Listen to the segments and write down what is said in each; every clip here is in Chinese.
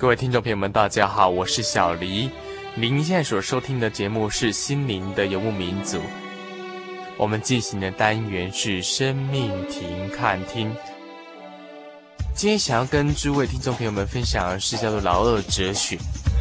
各位听众朋友们，大家好，我是小黎。您现在所收听的节目是心灵的游牧民族，我们进行的单元是生命停看听。今天想要跟诸位听众朋友们分享的是叫做劳厄哲学。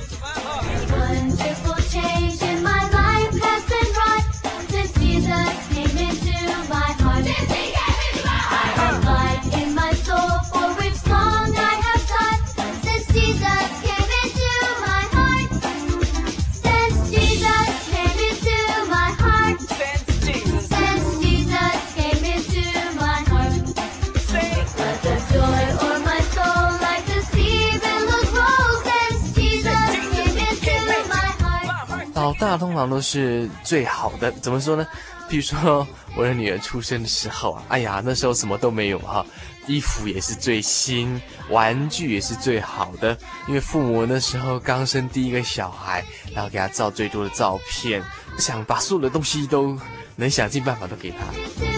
老大通常都是最好的，怎么说呢？比如说我的女儿出生的时候啊，哎呀，那时候什么都没有哈，衣服也是最新，玩具也是最好的，因为父母那时候刚生第一个小孩，然后给他照最多的照片，想把所有的东西都能想尽办法都给他。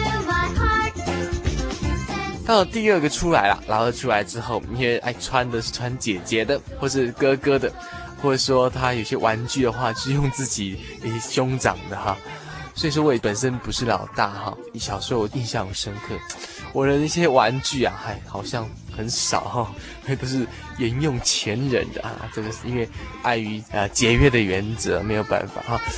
到了第二个出来了，然后出来之后，因为爱穿的是穿姐姐的，或是哥哥的。或者说他有些玩具的话是用自己兄长的哈，所以说我也本身不是老大哈。小时候我印象很深刻，我的那些玩具啊，好像很少哈，都是沿用前人的啊。这个是因为碍于节约的原则，没有办法哈。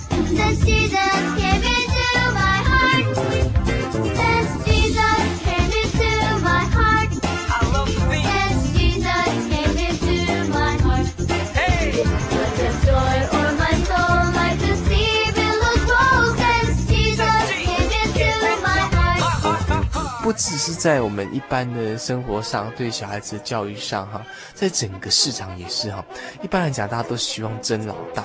不只是在我们一般的生活上，对小孩子的教育上哈，在整个市场也是哈。一般来讲，大家都希望争老大。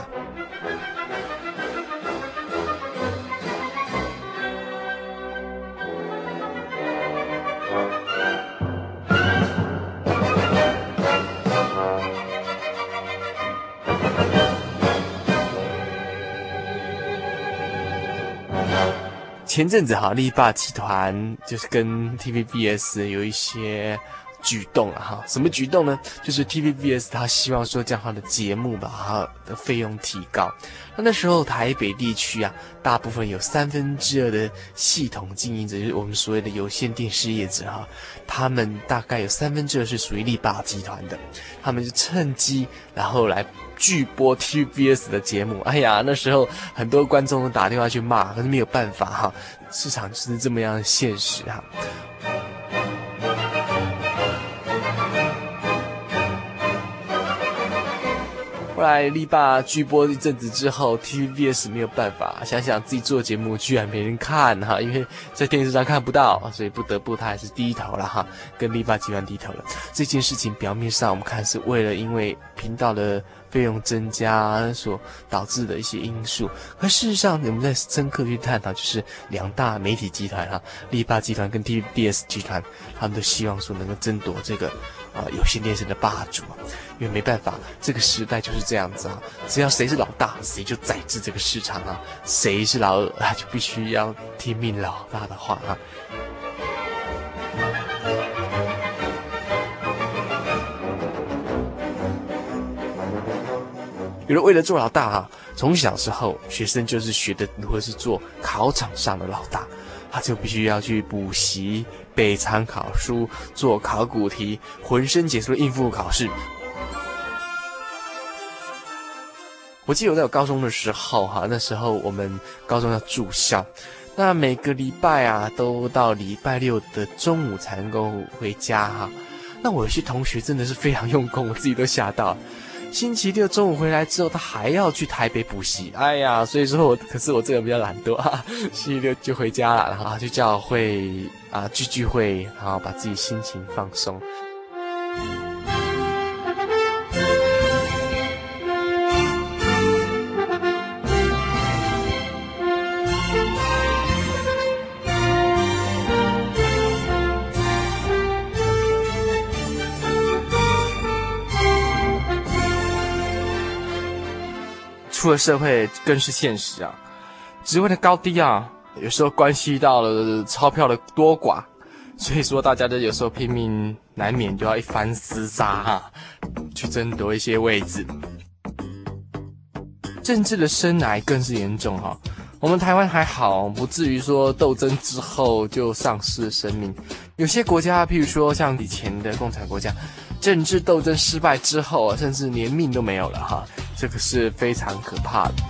前阵子哈，力霸集团就是跟 TVBS 有一些举动了哈。什么举动呢？就是 TVBS 他希望说将他的节目把它的费用提高。那时候台北地区啊，大部分有2/3的系统经营者，就是我们所谓的有线电视业者哈，他们大概有2/3是属于力霸集团的，他们就趁机然后来拒播 TVBS 的节目。哎呀，那时候很多观众都打电话去骂，可是没有办法哈，市场就是这么样的现实哈。后来力霸拒播一阵子之后 ，TVBS 没有办法，想想自己做的节目居然没人看哈，因为在电视上看不到，所以不得不他还是低头了哈，跟力霸集团低头了。这件事情表面上我们看是为了因为频道的费用增加所导致的一些因素，可事实上我们在深刻去探讨，就是两大媒体集团哈，力霸集团跟 TVBS 集团，他们都希望说能够争夺这个有线电视的霸主，因为没办法，这个时代就是这样子啊，只要谁是老大，谁就宰制这个市场啊，谁是老二就必须要听命老大的话啊。有人为了做老大啊，从小时候学生就是学的如何是做考场上的老大，他就必须要去补习、背参考书、做考古题，浑身解数的应付考试。我记得我在我高中的时候哈，那时候我们高中要住校，那每个礼拜啊都到礼拜六的中午才能够回家哈。那我有些同学真的是非常用功，我自己都吓到。星期六中午回来之后，他还要去台北补习，哎呀，所以说可是我这个比较懒惰啊，星期六就回家了，然后去教会聚会，然后把自己心情放松。出了社会更是现实啊，职位的高低啊，有时候关系到了钞票的多寡，所以说大家都有时候拼命难免就要一番厮杀啊。 去争夺一些位置。政治的生癌更是严重哈。我们台湾还好，不至于说斗争之后就丧失生命。有些国家，譬如说像以前的共产国家，政治斗争失败之后，甚至连命都没有了哈，这个是非常可怕的。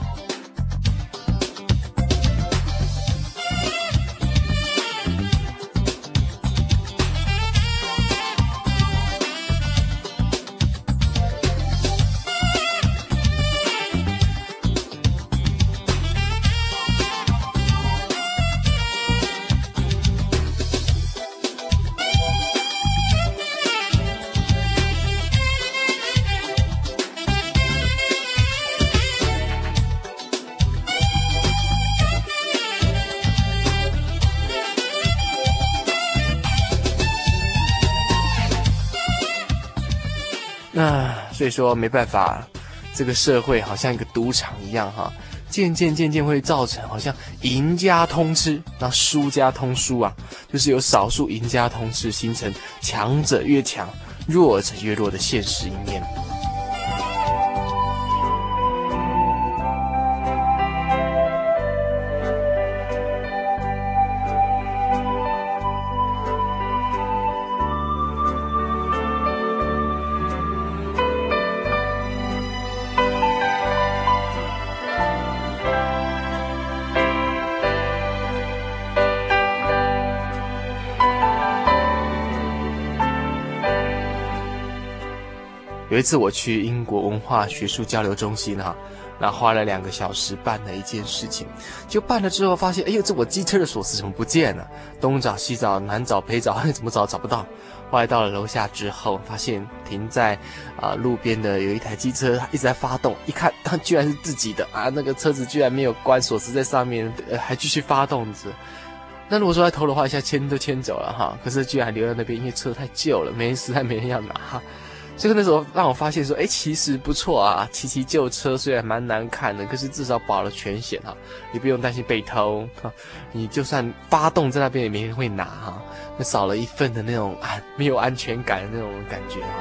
所以说没办法，这个社会好像一个赌场一样哈，渐渐会造成好像赢家通吃，然后输家通输啊，就是有少数赢家通吃，形成强者越强，弱者越弱的现实一面。有一次我去英国文化学术交流中心哈，然后花了2个小时办了一件事情，就办了之后发现，哎呦，这我机车的锁匙怎么不见了？东找西找，南找北找，怎么找不到。后来到了楼下之后，发现停在路边的有一台机车，它一直在发动，一看它居然是自己的啊，那个车子居然没有关，锁匙在上面，还继续发动着。那如果说在偷的话，一下牵都牵走了哈，可是居然还留在那边，因为车太旧了，实在没人要拿哈。所以那时候让我发现说，其实不错啊，骑旧车虽然蛮难看的，可是至少保了全险哈，你不用担心被偷哈，你就算发动在那边也没人会拿哈，那少了一份的那种没有安全感的那种感觉哈。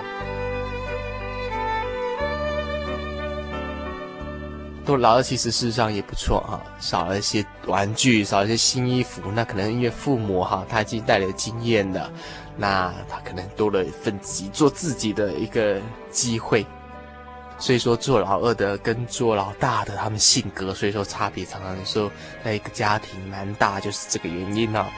都老了，其实事实上也不错哈，少了一些玩具，少了一些新衣服，那可能因为父母哈他已经带了经验了，那他可能多了一份做自己的一个机会。所以说做老二的跟做老大的他们性格，所以说差别常常有时候在一个家庭蛮大，就是这个原因啊。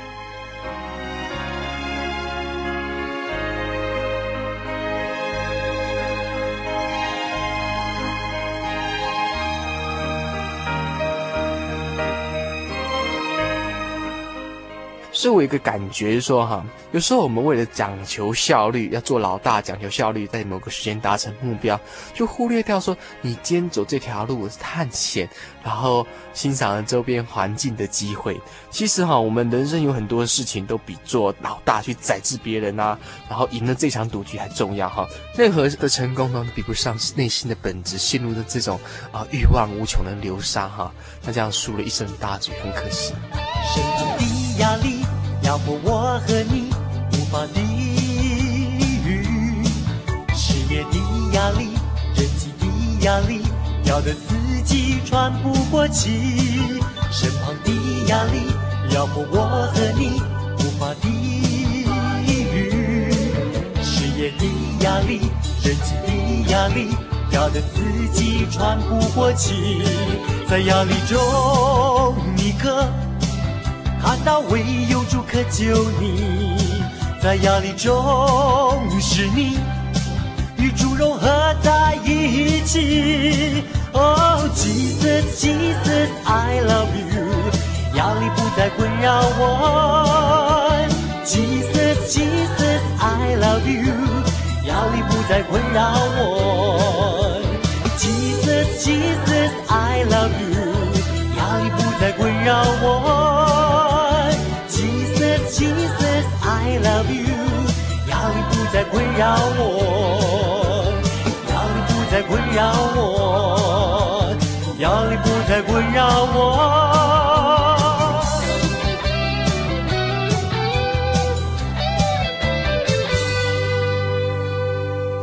所以我有一个感觉说哈，有时候我们为了讲求效率，要做老大讲求效率，在某个时间达成目标，就忽略掉说你今天走这条路是探险，然后欣赏了周边环境的机会。其实哈，我们人生有很多事情都比做老大去宰制别人啊，然后赢了这场赌局还重要哈。任何的成功呢，比不上内心的本质陷入的这种欲望无穷的流沙哈。那这样输了一身大局，很可惜。 生命的压力要不我和你无法抵御，事业的压力，人际的压力，要得自己喘不过气。身旁的压力要不我和你无法抵御，事业的压力，人际的压力，要得自己喘不过气。在压力中你可看到唯有主可救你，在压力中是你与主融合在一起。Oh Jesus Jesus I love you， 压力不再困扰我。Jesus Jesus I love you， 压力不再困扰我。Jesus Jesus I love you， 压力不再困扰我。Jesus, I love you， 压力不再困扰我，压力不再困扰我，压力不再困扰我。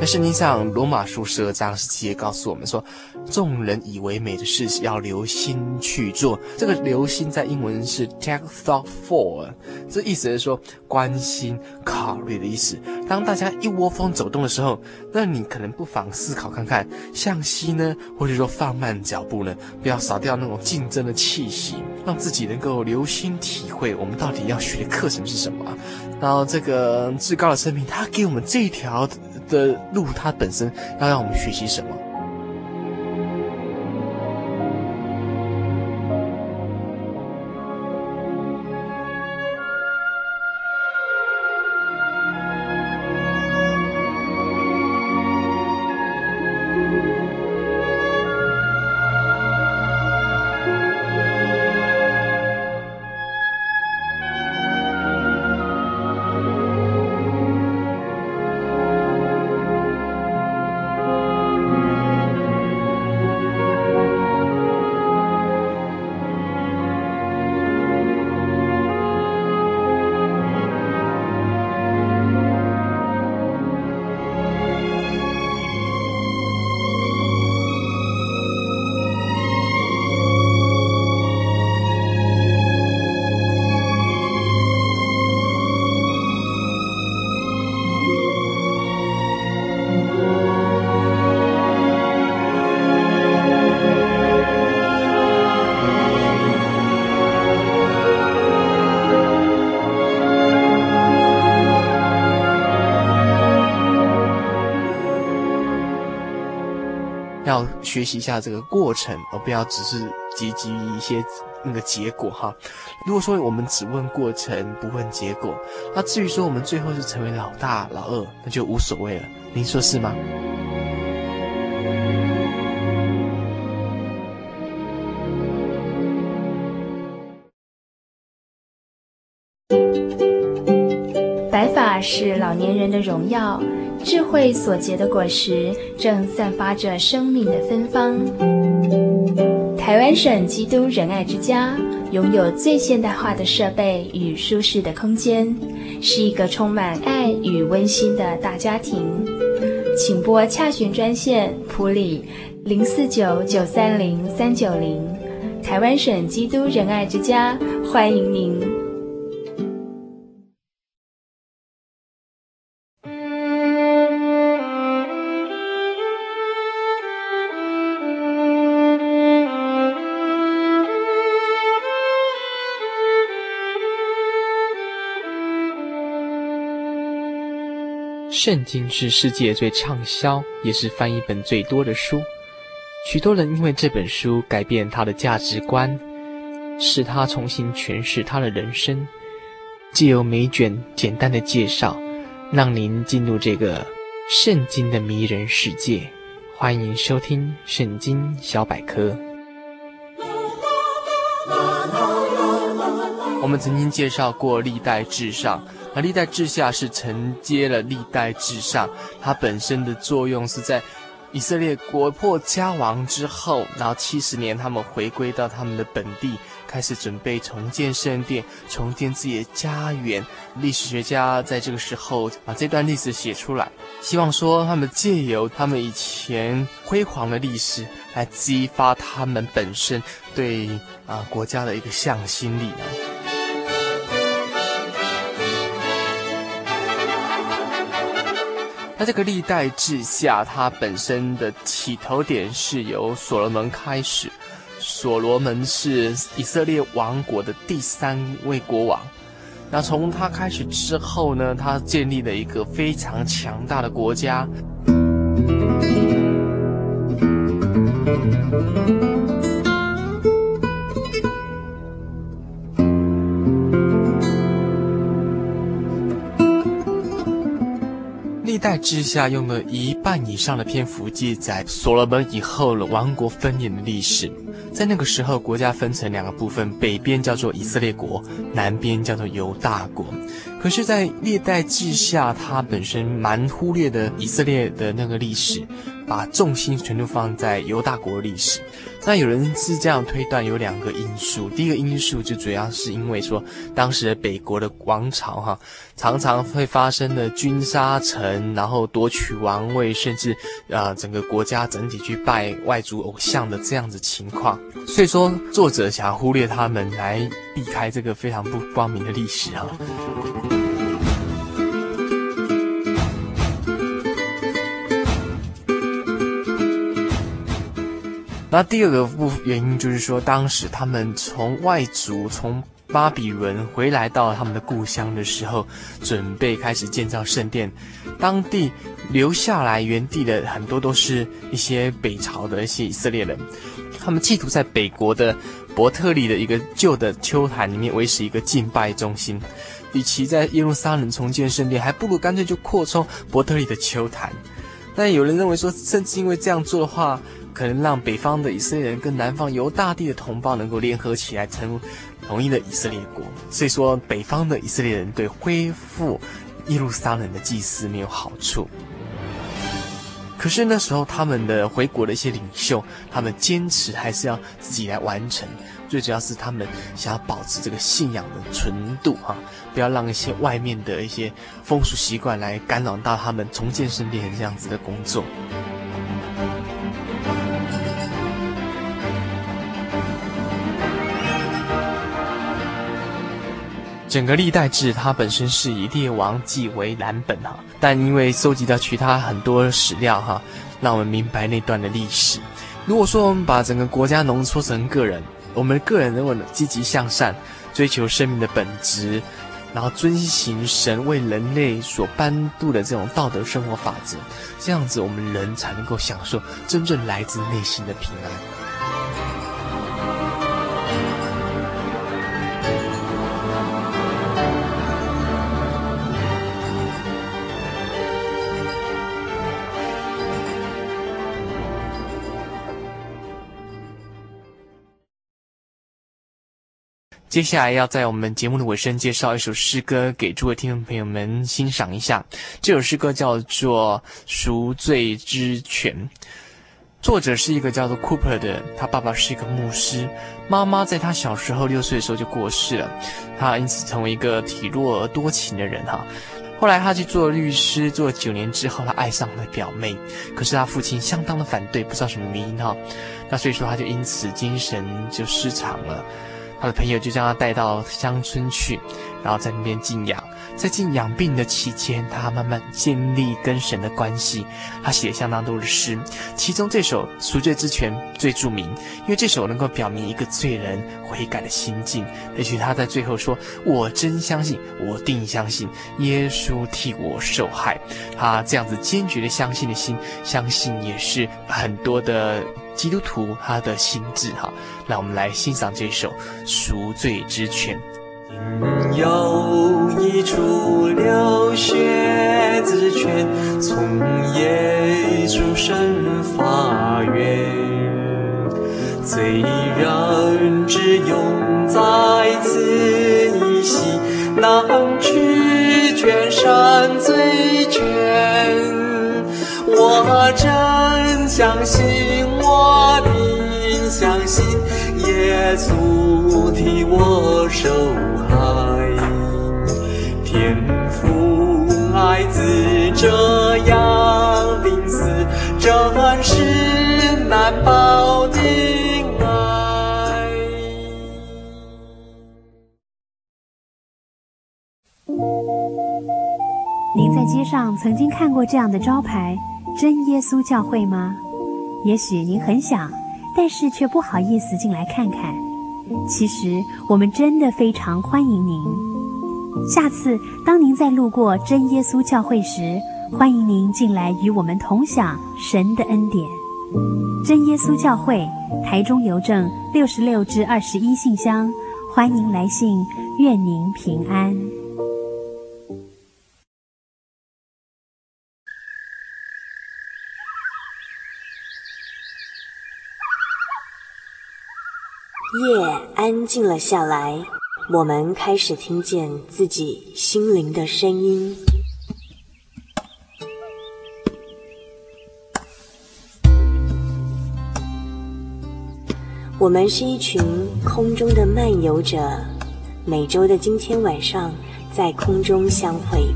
在圣经上，罗马书12章17节告诉我们说，众人以为美的事要留心去做。这个留心在英文是 take thought for， 这意思是说关心考虑的意思。当大家一窝蜂走动的时候，那你可能不妨思考看看，向西呢，或者说放慢脚步呢，不要少掉那种竞争的气息，让自己能够留心体会我们到底要学的课程是什么。然后这个至高的生命，他给我们这一条的路，它本身要让我们学习什么？要学习一下这个过程，而不要只是汲汲于一些那个结果哈。如果说我们只问过程不问结果，那至于说我们最后是成为老大老二，那就无所谓了。您说是吗？ 白发是老年人的荣耀，智慧所结的果实正散发着生命的芬芳。台湾省基督仁爱之家拥有最现代化的设备与舒适的空间，是一个充满爱与温馨的大家庭。请拨洽询专线埔里049-930-390，台湾省基督仁爱之家欢迎您。 圣经是世界最畅销，也是翻译本最多的书。许多人因为这本书改变他的价值观，使他重新诠释他的人生。藉由每卷简单的介绍，让您进入这个圣经的迷人世界。欢迎收听圣经小百科。我们曾经介绍过历代志上，那历代志下是承接了历代志上，它本身的作用是在以色列国破家亡之后，然后70年他们回归到他们的本地，开始准备重建圣殿，重建自己的家园。历史学家在这个时候把这段历史写出来，希望说他们借由他们以前辉煌的历史来激发他们本身对国家的一个向心力。那这个历代志下，它本身的起头点是由所罗门开始。所罗门是以色列王国的第3位国王。那从他开始之后呢，他建立了一个非常强大的国家。历代志下用了1半以上的篇幅记载所罗门以后的王国分裂的历史。在那个时候，国家分成2个部分，北边叫做以色列国，南边叫做犹大国。可是在历代志下，它本身蛮忽略的以色列的那个历史， 把重心全都放在犹大国历史。那有人是这样推断，有2个因素。第一个因素就主要是因为说，当时的北国的王朝常常会发生的军杀城，然后夺取王位，甚至整个国家整体去拜外族偶像的这样子情况。所以说，作者想忽略他们来避开这个非常不光明的历史那第二个原因就是说，当时他们从外族从巴比伦回来到他们的故乡的时候，准备开始建造圣殿。当地留下来原地的很多都是一些北朝的一些以色列人，他们企图在北国的伯特利的一个旧的丘坛里面维持一个敬拜中心。与其在耶路撒冷重建圣殿，还不如干脆就扩充伯特利的丘坛。但有人认为说，甚至因为这样做的话，可能让北方的以色列人跟南方犹大地的同胞能够联合起来，成为统一的以色列国。所以说，北方的以色列人对恢复耶路撒冷的祭祀没有好处。可是那时候他们的回国的一些领袖，他们坚持还是要自己来完成。最主要是他们想要保持这个信仰的纯度不要让一些外面的一些风俗习惯来干扰到他们重建圣殿这样子的工作。整个历代志它本身是以列王纪为蓝本但因为收集到其他很多史料让我们明白那段的历史。如果说我们把整个国家浓缩成个人，我们个人如果积极向善，追求生命的本质，然后遵行神为人类所颁布的这种道德生活法则，这样子我们人才能够享受真正来自内心的平安。接下来要在我们节目的尾声介绍一首诗歌给诸位听众朋友们欣赏一下。这首诗歌叫做《赎罪之泉》，作者是一个叫做 Cooper 的人，他爸爸是一个牧师，妈妈在他小时候6岁的时候就过世了，他因此成为一个体弱而多情的人后来他去做律师，做了9年之后，他爱上了表妹，可是他父亲相当的反对，不知道什么原因那所以说他就因此精神就失常了。他的朋友就将他带到乡村去，然后在那边静养。在静养病的期间，他慢慢建立跟神的关系。他写了相当多的诗，其中这首《赎罪之泉》最著名，因为这首能够表明一个罪人悔改的心境。也许他在最后说：“我真相信，我定相信，耶稣替我受害。”他这样子坚决的相信的心，相信也是很多的基督徒他的心智让我们来欣赏这首《赎罪之泉》。 有一处流血之泉，从耶稣生发源，罪人只用在此一息，能取全身罪权。我真相信，我定相信，耶稣替我受害，天父爱子这样临死，真是难报的爱。 您在街上曾经看过这样的招牌“真耶稣教会”吗？也许您很想，但是却不好意思进来看看。其实我们真的非常欢迎您。下次当您再路过真耶稣教会时，欢迎您进来与我们同享神的恩典。真耶稣教会，台中邮政66-21信箱，欢迎来信，愿您平安。 夜安静了下来，我们开始听见自己心灵的声音。 我们是一群空中的漫游者，每周的今天晚上在空中相会。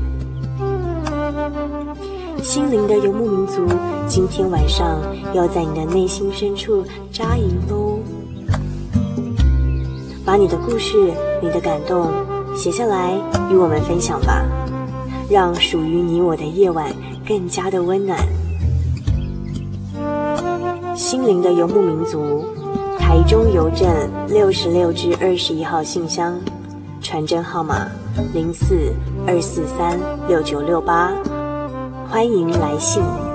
心灵的游牧民族，今天晚上要在你的内心深处扎营喽。把你的故事、你的感动写下来与我们分享吧，让属于你我的夜晚更加的温暖。心灵的游牧民族，台中邮政66至21号信箱，传真号码04-243-6968，欢迎来信。